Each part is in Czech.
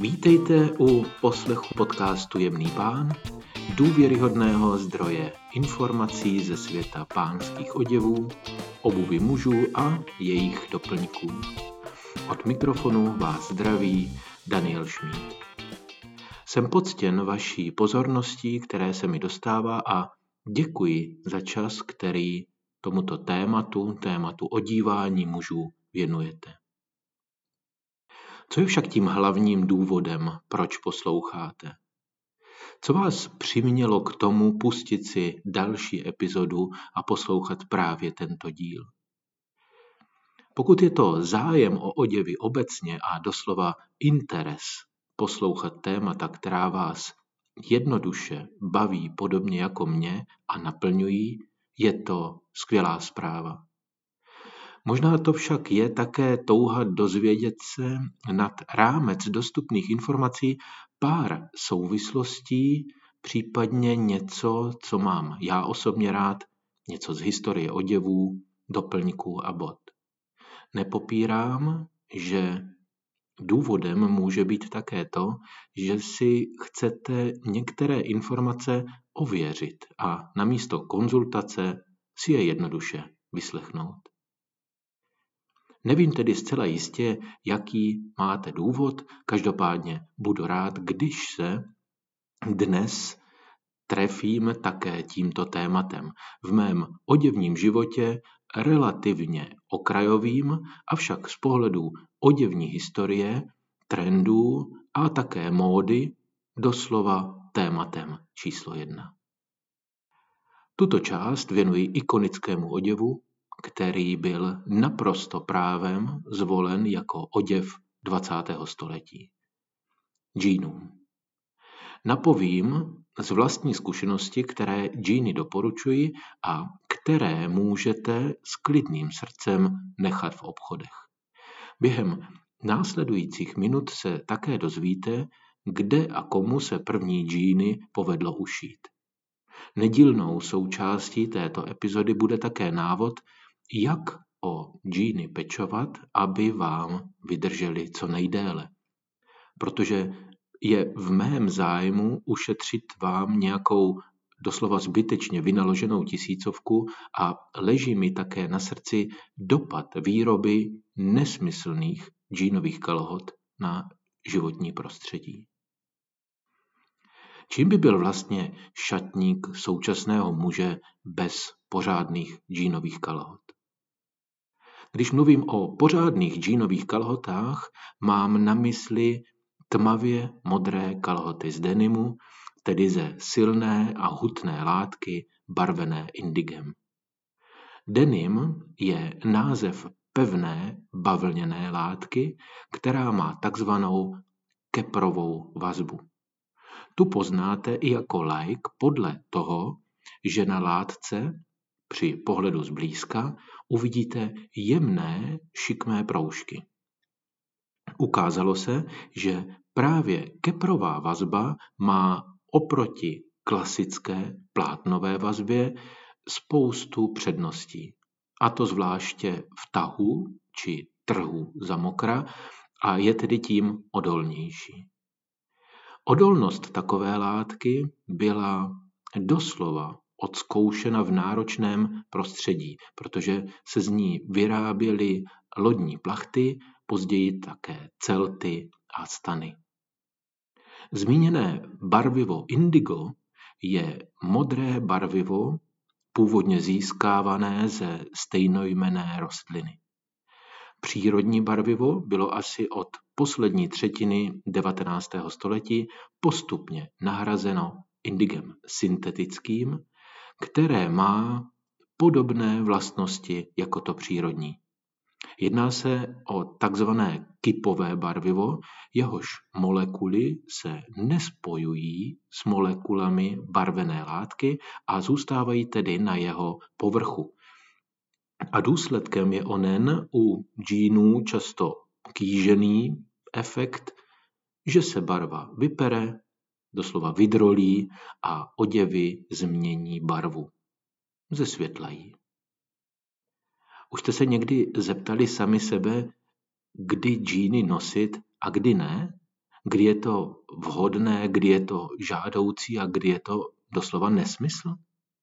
Vítejte u poslechu podcastu Jemný pán, důvěryhodného zdroje informací ze světa pánských oděvů, obuvi mužů a jejich doplňků. Od mikrofonu vás zdraví Daniel Šmíd. Jsem poctěn vaší pozorností, které se mi dostává, a děkuji za čas, který tomuto tématu odívání mužů věnujete. Co je však tím hlavním důvodem, proč posloucháte? Co vás přimělo k tomu pustit si další epizodu a poslouchat právě tento díl? Pokud je to zájem o oděvy obecně a doslova interes poslouchat témata, která vás jednoduše baví podobně jako mě a naplňují, je to skvělá zpráva. Možná to však je také touha dozvědět se nad rámec dostupných informací pár souvislostí, případně něco, co mám já osobně rád, něco z historie oděvů, doplňků a bod. Nepopírám, že důvodem může být také to, že si chcete některé informace ověřit a namísto konzultace si je jednoduše vyslechnout. Nevím tedy zcela jistě, jaký máte důvod, každopádně budu rád, když se dnes trefím také tímto tématem. V mém oděvním životě relativně okrajovým, avšak z pohledu oděvní historie, trendů a také módy doslova tématem číslo 1. Tuto část věnuji ikonickému oděvu, který byl naprosto právem zvolen jako oděv 20. století. Džínům. Napovím z vlastní zkušenosti, které džíny doporučuji a které můžete s klidným srdcem nechat v obchodech. Během následujících minut se také dozvíte, kde a komu se první džíny povedlo ušít. Nedílnou součástí této epizody bude také návod, jak o džíny pečovat, aby vám vydrželi co nejdéle. Protože je v mém zájmu ušetřit vám nějakou doslova zbytečně vynaloženou tisícovku a leží mi také na srdci dopad výroby nesmyslných džínových kalhot na životní prostředí. Čím by byl vlastně šatník současného muže bez pořádných džínových kalhot? Když mluvím o pořádných džínových kalhotách, mám na mysli tmavě modré kalhoty z denimu, tedy ze silné a hutné látky barvené indigem. Denim je název pevné bavlněné látky, která má takzvanou keprovou vazbu. Tu poznáte i jako laik podle toho, že na látce při pohledu zblízka uvidíte jemné, šikmé proužky. Ukázalo se, že právě keprová vazba má oproti klasické plátnové vazbě spoustu předností. A to zvláště v tahu či trhu za mokra a je tedy tím odolnější. Odolnost takové látky byla doslova odzkoušena v náročném prostředí, protože se z ní vyráběly lodní plachty, později také celty a stany. Zmíněné barvivo indigo je modré barvivo, původně získávané ze stejnojmenné rostliny. Přírodní barvivo bylo asi od poslední třetiny 19. století postupně nahrazeno indigem syntetickým, které má podobné vlastnosti jako to přírodní. Jedná se o takzvané kypové barvivo, jehož molekuly se nespojují s molekulami barvené látky a zůstávají tedy na jeho povrchu. A důsledkem je onen u džínů často kýžený efekt, že se barva vypere, doslova vydrolí a oděvy změní barvu. Zesvětlají. Už jste se někdy zeptali sami sebe, kdy džíny nosit a kdy ne? kdy je to vhodné, kdy je to žádoucí a kdy je to doslova nesmysl?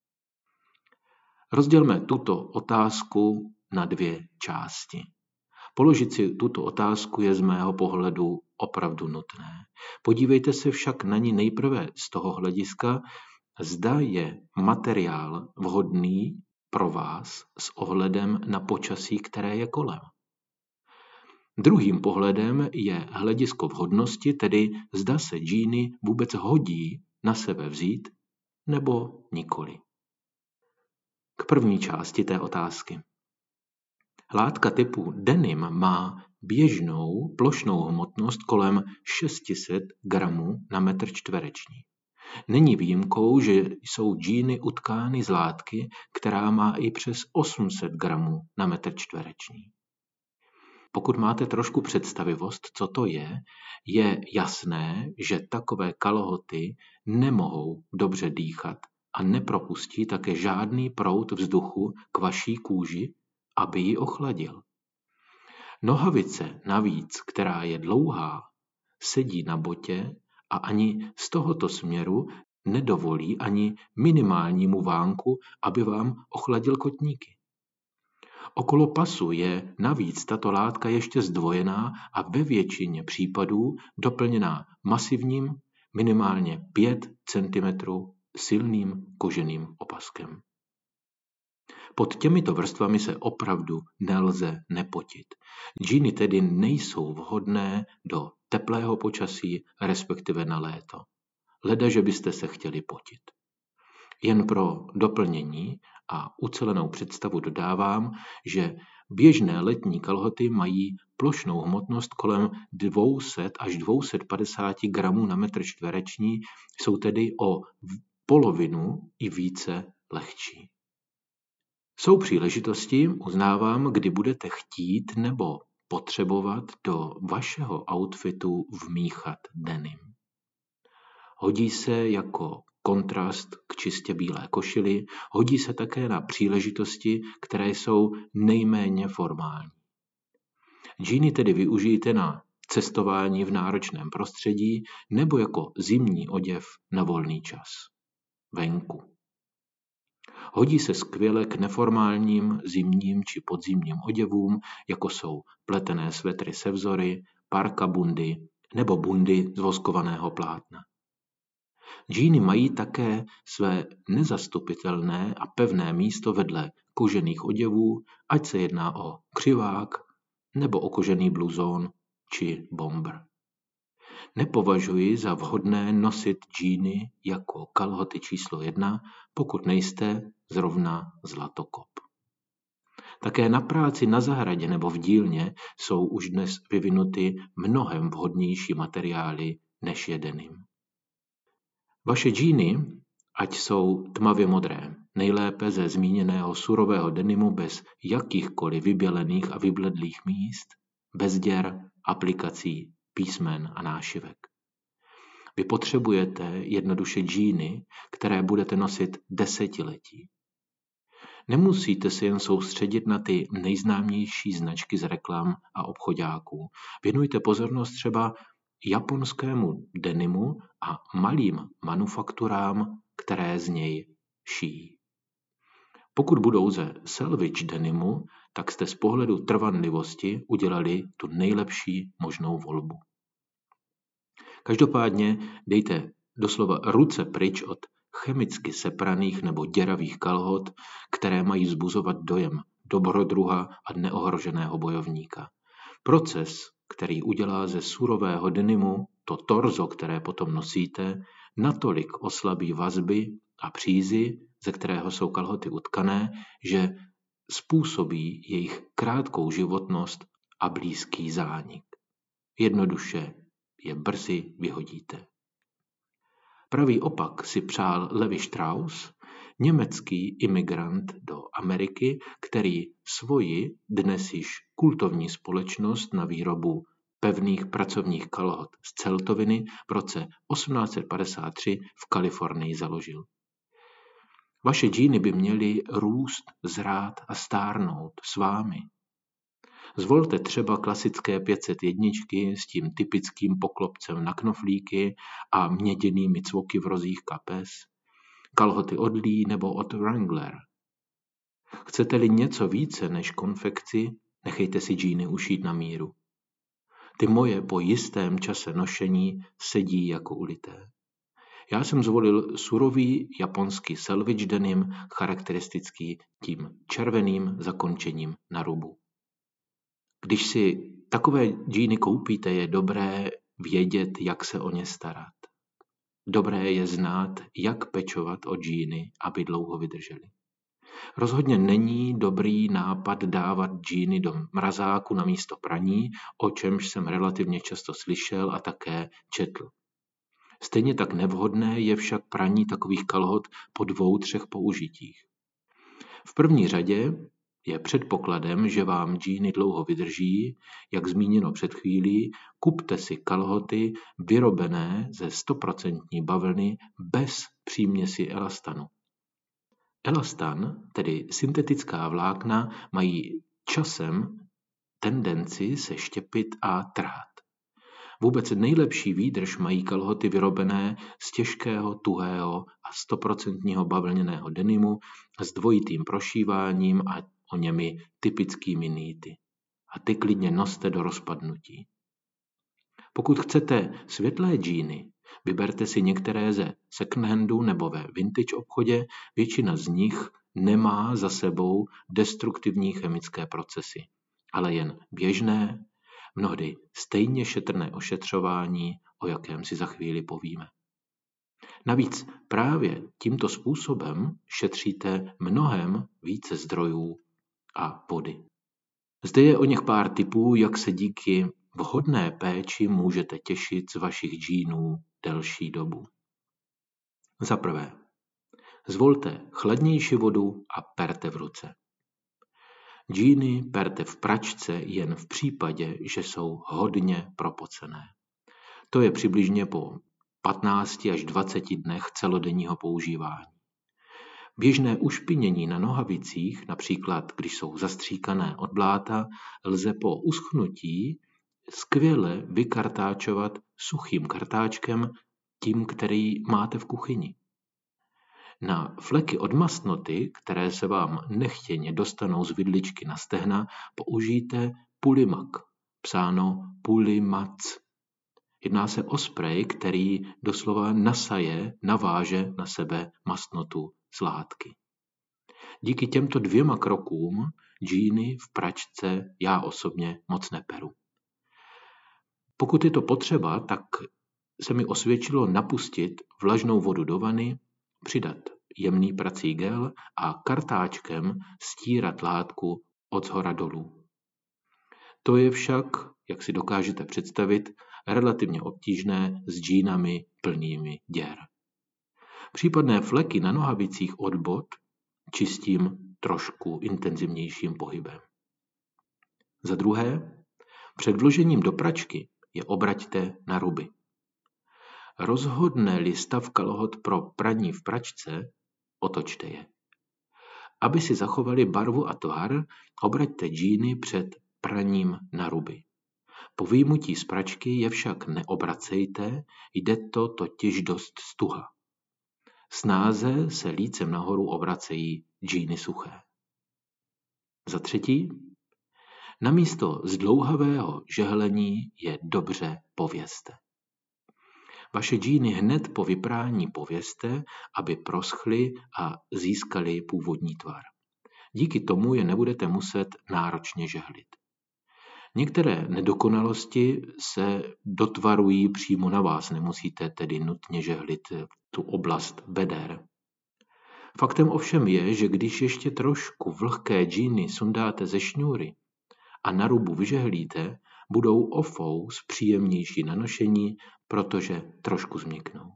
Rozdělme tuto otázku na 2 části. Položit si tuto otázku je z mého pohledu opravdu nutné. Podívejte se však na ní nejprve z toho hlediska, zda je materiál vhodný pro vás s ohledem na počasí, které je kolem. Druhým pohledem je hledisko vhodnosti, tedy zda se džíny vůbec hodí na sebe vzít nebo nikoli. K první části té otázky. Látka typu denim má běžnou plošnou hmotnost kolem 600 gramů na metr čtvereční. Není výjimkou, že jsou džíny utkány z látky, která má i přes 800 gramů na metr čtvereční. Pokud máte trošku představivost, co to je jasné, že takové kalhoty nemohou dobře dýchat a nepropustí také žádný proud vzduchu k vaší kůži, aby ji ochladil. Nohavice navíc, která je dlouhá, sedí na botě a ani z tohoto směru nedovolí ani minimálnímu vánku, aby vám ochladil kotníky. Okolo pasu je navíc tato látka ještě zdvojená a ve většině případů doplněná masivním, minimálně 5 cm silným koženým opaskem. Pod těmito vrstvami se opravdu nelze nepotit. Džíny tedy nejsou vhodné do teplého počasí, respektive na léto. Leda, že byste se chtěli potit. Jen pro doplnění a ucelenou představu dodávám, že běžné letní kalhoty mají plošnou hmotnost kolem 200 až 250 gramů na metr čtvereční, jsou tedy o polovinu i více lehčí. Jsou příležitosti, uznávám, kdy budete chtít nebo potřebovat do vašeho outfitu vmíchat denim. Hodí se jako kontrast k čistě bílé košili, hodí se také na příležitosti, které jsou nejméně formální. Džíny tedy využijte na cestování v náročném prostředí nebo jako zimní oděv na volný čas. Venku. Hodí se skvěle k neformálním zimním či podzimním oděvům, jako jsou pletené svetry se vzory, parka bundy nebo bundy z voskovaného plátna. Džíny mají také své nezastupitelné a pevné místo vedle kožených oděvů, ať se jedná o křivák nebo o kožený bluzón či bomber. Nepovažuji za vhodné nosit džíny jako kalhoty číslo 1, pokud nejste zrovna zlatokop. Také na práci na zahradě nebo v dílně jsou už dnes vyvinuty mnohem vhodnější materiály než je denim. Vaše džíny, ať jsou tmavě modré, nejlépe ze zmíněného surového denimu bez jakýchkoliv vybělených a vybledlých míst, bez děr, aplikací, písmen a nášivek. Vy potřebujete jednoduše džíny, které budete nosit desetiletí. Nemusíte se jen soustředit na ty nejznámější značky z reklam a obchodáků. Věnujte pozornost třeba japonskému denimu a malým manufakturám, které z něj šijí. Pokud budou ze salvage denimu, tak jste z pohledu trvanlivosti udělali tu nejlepší možnou volbu. Každopádně dejte doslova ruce pryč od chemicky sepraných nebo děravých kalhot, které mají vzbuzovat dojem dobrodruha a neohroženého bojovníka. Proces, který udělá ze surového denimu to torzo, které potom nosíte, natolik oslabí vazby a přízy, ze kterého jsou kalhoty utkané, že způsobí jejich krátkou životnost a blízký zánik. Jednoduše je brzy vyhodíte. Pravý opak si přál Levi Strauss, německý imigrant do Ameriky, který svoji dnes již kultovní společnost na výrobu pevných pracovních kalhot z celtoviny v roce 1853 v Kalifornii založil. Vaše džíny by měly růst, zrát a stárnout s vámi. Zvolte třeba klasické 501 s tím typickým poklopcem na knoflíky a měděnými cvoky v rozích kapes, kalhoty od Lee nebo od Wrangler. Chcete-li něco více než konfekci, nechejte si džíny ušít na míru. Ty moje po jistém čase nošení sedí jako ulité. Já jsem zvolil surový japonský selvage denim, charakteristický tím červeným zakončením na rubu. Když si takové džíny koupíte, je dobré vědět, jak se o ně starat. Dobré je znát, jak pečovat o džíny, aby dlouho vydržely. Rozhodně není dobrý nápad dávat džíny do mrazáku na místo praní, o čemž jsem relativně často slyšel a také četl. Stejně tak nevhodné je však praní takových kalhot po 2-3 použitích. V první řadě je předpokladem, že vám džíny dlouho vydrží, jak zmíněno před chvílí, kupte si kalhoty vyrobené ze 100% bavlny bez příměsi elastanu. Elastan, tedy syntetická vlákna, mají časem tendenci se štěpit a trhat. Vůbec nejlepší výdrž mají kalhoty vyrobené z těžkého, tuhého a 100% bavlněného denimu s dvojitým prošíváním a o němi typickými nýty. A ty klidně noste do rozpadnutí. Pokud chcete světlé džíny, vyberte si některé ze second-handu nebo ve vintage obchodě, většina z nich nemá za sebou destruktivní chemické procesy, ale jen běžné, mnohdy stejně šetrné ošetřování, o jakém si za chvíli povíme. Navíc právě tímto způsobem šetříte mnohem více zdrojů a vody. Zde je o něch pár tipů, jak se díky vhodné péči můžete těšit z vašich džínů delší dobu. Za prvé, zvolte chladnější vodu a perte v ruce. Džíny perte v pračce jen v případě, že jsou hodně propocené. To je přibližně po 15 až 20 dnech celodenního používání. Běžné ušpinění na nohavicích, například když jsou zastříkané od bláta, lze po uschnutí skvěle vykartáčovat suchým kartáčkem, tím, který máte v kuchyni. Na fleky od mastnoty, které se vám nechtěně dostanou z vidličky na stehna, použijte Pulimak, psáno Pulimac. Jedná se o sprej, který doslova naváže na sebe mastnotu z látky. Díky těmto 2 krokům džíny v pračce já osobně moc neperu. Pokud je to potřeba, tak se mi osvědčilo napustit vlažnou vodu do vany, přidat jemný prací gel a kartáčkem stírat látku od shora dolů. To je však, jak si dokážete představit, relativně obtížné s džínami plnými děr. Případné fleky na nohavicích od bot čistím trošku intenzivnějším pohybem. Za druhé, před vložením do pračky je obraťte na ruby. Rozhodne-li stav kalhot pro praní v pračce, otočte je. Aby si zachovali barvu a tvar, obraťte džíny před praním na ruby. Po vyjmutí z pračky je však neobracejte, jde to totiž dost stuha. Snáze se lícem nahoru obracejí džíny suché. Za třetí, namísto zdlouhavého žehlení je dobře pověste. Vaše džíny hned po vyprání pověste, aby proschly a získaly původní tvar. Díky tomu je nebudete muset náročně žehlit. Některé nedokonalosti se dotvarují přímo na vás, nemusíte tedy nutně žehlit tu oblast beder. Faktem ovšem je, že když ještě trošku vlhké džíny sundáte ze šňůry a na rubu vyžehlíte, budou o fous příjemnější na nošení, protože trošku změknou.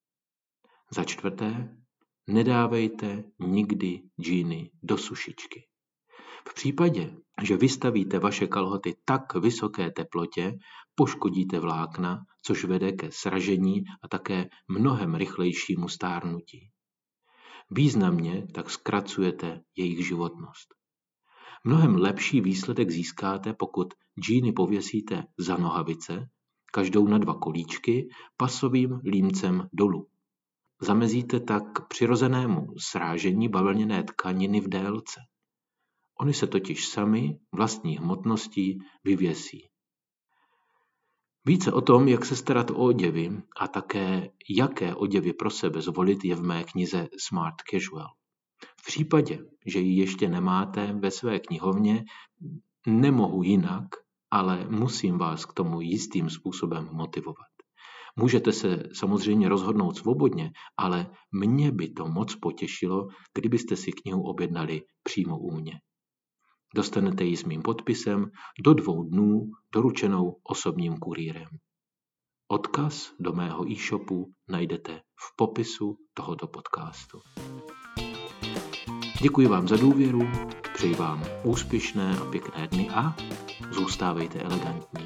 Za čtvrté, nedávejte nikdy džíny do sušičky. V případě, že vystavíte vaše kalhoty tak vysoké teplotě, poškodíte vlákna, což vede ke sražení a také mnohem rychlejšímu stárnutí. Významně tak zkracujete jejich životnost. Mnohem lepší výsledek získáte, pokud džíny pověsíte za nohavice, každou na 2 kolíčky, pasovým límcem dolů. Zamezíte tak přirozenému srážení bavlněné tkaniny v délce. Ony se totiž sami vlastní hmotností vyvěsí. Více o tom, jak se starat o oděvy a také jaké oděvy pro sebe zvolit, je v mé knize Smart Casual. V případě, že ji ještě nemáte ve své knihovně, nemohu jinak, ale musím vás k tomu jistým způsobem motivovat. Můžete se samozřejmě rozhodnout svobodně, ale mě by to moc potěšilo, kdybyste si knihu objednali přímo u mě. Dostanete ji s mým podpisem do 2 dnů doručenou osobním kurýrem. Odkaz do mého e-shopu najdete v popisu tohoto podcastu. Děkuji vám za důvěru, přeji vám úspěšné a pěkné dny a zůstávejte elegantní.